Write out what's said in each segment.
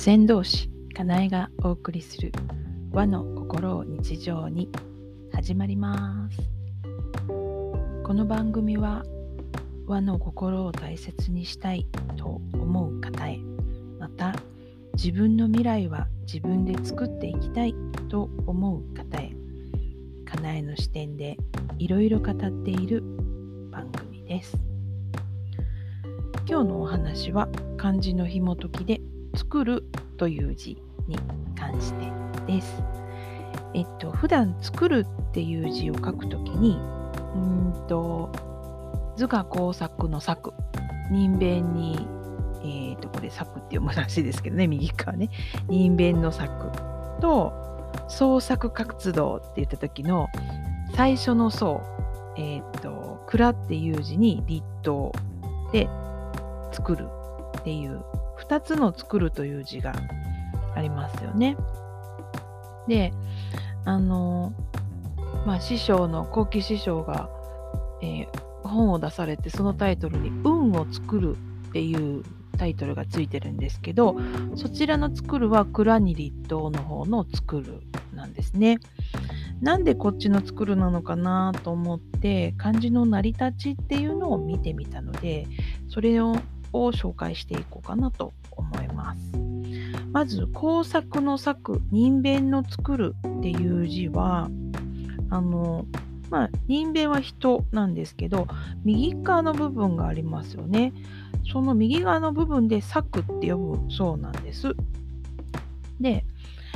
先導師かなえがお送りする和の心を日常に始まります。この番組は和の心を大切にしたいと思う方へ、また自分の未来は自分で作っていきたいと思う方へ、かなえの視点でいろいろ語っている番組です。今日のお話は漢字の紐解きで作るという字に関してです。普段作るっていう字を書くときに図画工作の作、人弁にこれ作って読むらしいですけどね、右側ね、人弁の作と創作活動って言った時の最初の創、蔵っていう字に立冬で作るっていう2つの作るという字がありますよね。で、師匠の幸喜師匠が、本を出されて、そのタイトルに運を作るっていうタイトルがついてるんですけど、そちらの作るは蔵に立冬の方の作るなんですね。なんでこっちの作るなのかなと思って漢字の成り立ちっていうのを見てみたので、それを紹介していこうかなと思います。まず工作の作、人弁の作るっていう字は人弁は人なんですけど、右側の部分がありますよね。その右側の部分で作って呼ぶそうなんです。で、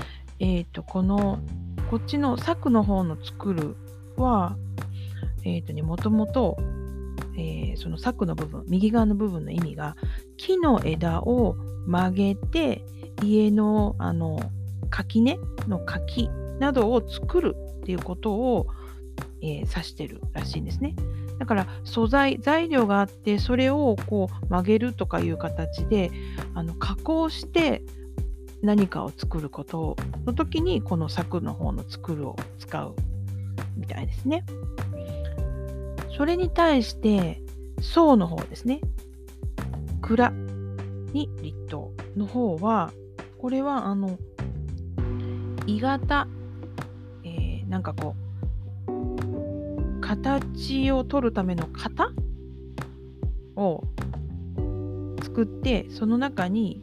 こっちの作の方の作るはもともとその作の部分、右側の部分の意味が木の枝を曲げて家の垣根の垣などを作るっていうことを、指してるらしいんですね。だから材料があって、それをこう曲げるとかいう形で加工して何かを作ることの時にこの作の方の作るを使うみたいですね。それに対して創の方ですね、蔵に立冬の方は、これは鋳型、なんかこう形を取るための型を作って、その中に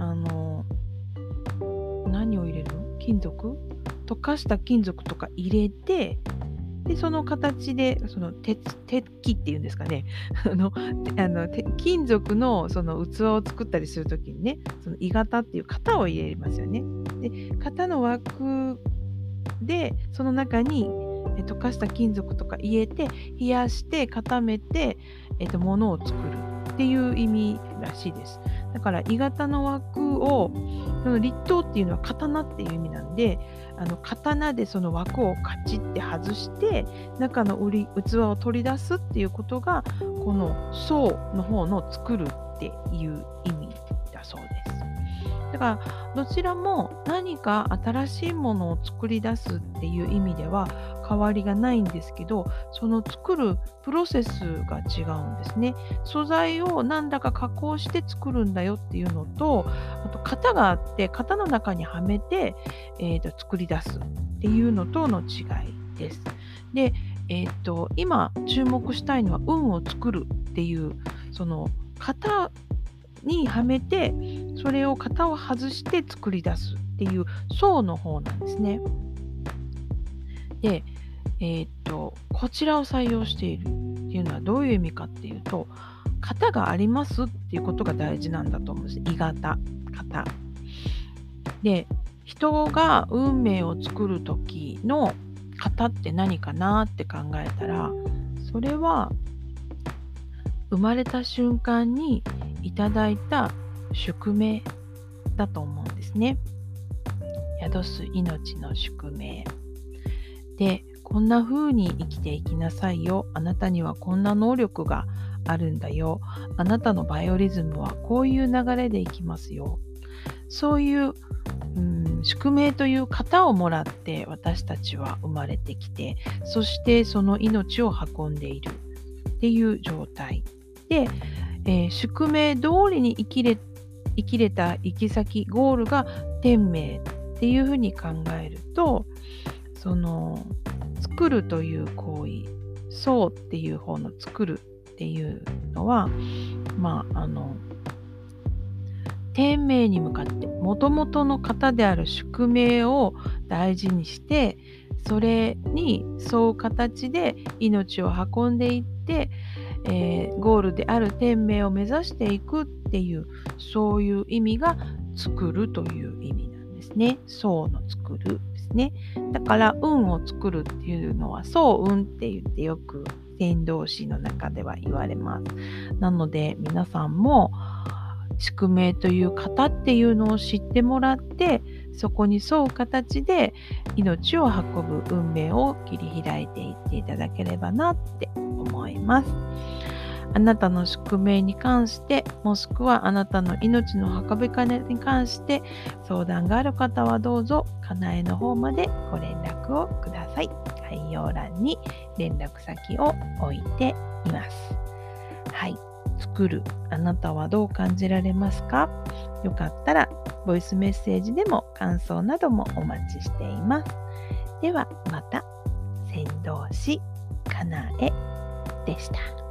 何を入れるの？金属？溶かした金属とか入れて、でその形でその鉄器っていうんですかね金属のその器を作ったりするときにね、その鋳型っていう型を入れますよね。で型の枠でその中に溶かした金属とか入れて冷やして固めて物を作るっていう意味らしいです。だから鋳型の枠を、その立冬っていうのは刀っていう意味なんで、刀でその枠をカチッて外して中の器を取り出すっていうことが、この創の方の作るっていう意味だそうです。だからどちらも何か新しいものを作り出すっていう意味では変わりがないんですけど、その作るプロセスが違うんですね。素材をなんだか加工して作るんだよっていうのと、あと型があって型の中にはめて、作り出すっていうのとの違いです。で、今注目したいのは運を作るっていうその型にはめて、それを型を外して作り出すっていう創の方なんですね。で、こちらを採用しているっていうのはどういう意味かっていうと、型がありますっていうことが大事なんだと思うんです。鋳型、型。で、人が運命を作る時の型って何かなって考えたら、それは生まれた瞬間にいただいた宿命だと思うんですね。宿す命の宿命で、こんな風に生きていきなさいよ、あなたにはこんな能力があるんだよ、あなたのバイオリズムはこういう流れでいきますよ、そういう宿命という型をもらって私たちは生まれてきて、そしてその命を運んでいるっていう状態で、宿命通りに生きれ生きれた行き先、ゴールが天命っていうふうに考えると、その作るという行為、そうっていう方の作るっていうのは、天命に向かって元々の型である宿命を大事にして、それに沿う形で命を運んでいって、ゴールである天命を目指していくっていう、そういう意味が作るという意味なんですね。そうの作るですね。だから運を作るっていうのはそう運って言ってよく伝道師の中では言われます。なので皆さんも宿命という型っていうのを知ってもらって、そこに沿う形で命を運ぶ運命を切り開いていっていただければなって思います。あなたの宿命に関して、もしくはあなたの命の運び方に関して相談がある方はどうぞかなえの方までご連絡をください。概要欄に連絡先を置いています。はい。作る、あなたはどう感じられますか？よかったらボイスメッセージでも感想などもお待ちしています。ではまた。先導師かなえでした。